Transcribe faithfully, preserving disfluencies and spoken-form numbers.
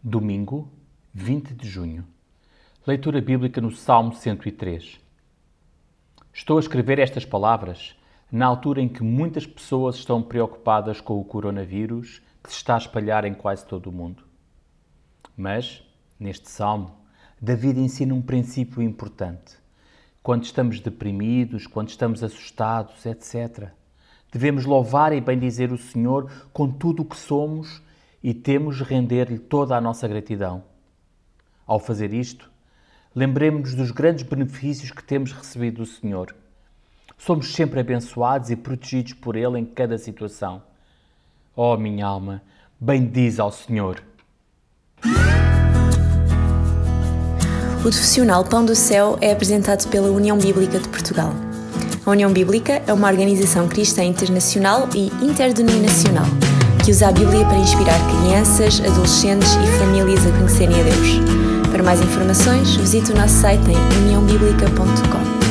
Domingo, vinte de junho. Leitura bíblica no Salmo cento e três. Estou a escrever estas palavras na altura em que muitas pessoas estão preocupadas com o coronavírus que se está a espalhar em quase todo o mundo. Mas, neste Salmo, David ensina um princípio importante. Quando estamos deprimidos, quando estamos assustados, etcétera, devemos louvar e bendizer o Senhor com tudo o que somos e temos render-lhe toda a nossa gratidão. Ao fazer isto, lembremos-nos dos grandes benefícios que temos recebido do Senhor. Somos sempre abençoados e protegidos por Ele em cada situação. Oh, minha alma, bendize ao Senhor. O Devocional Pão do Céu é apresentado pela União Bíblica de Portugal. A União Bíblica é uma organização cristã internacional e interdenominacional que usa a Bíblia para inspirar crianças, adolescentes e famílias a conhecerem a Deus. Para mais informações, visite o nosso site em união biblica ponto com.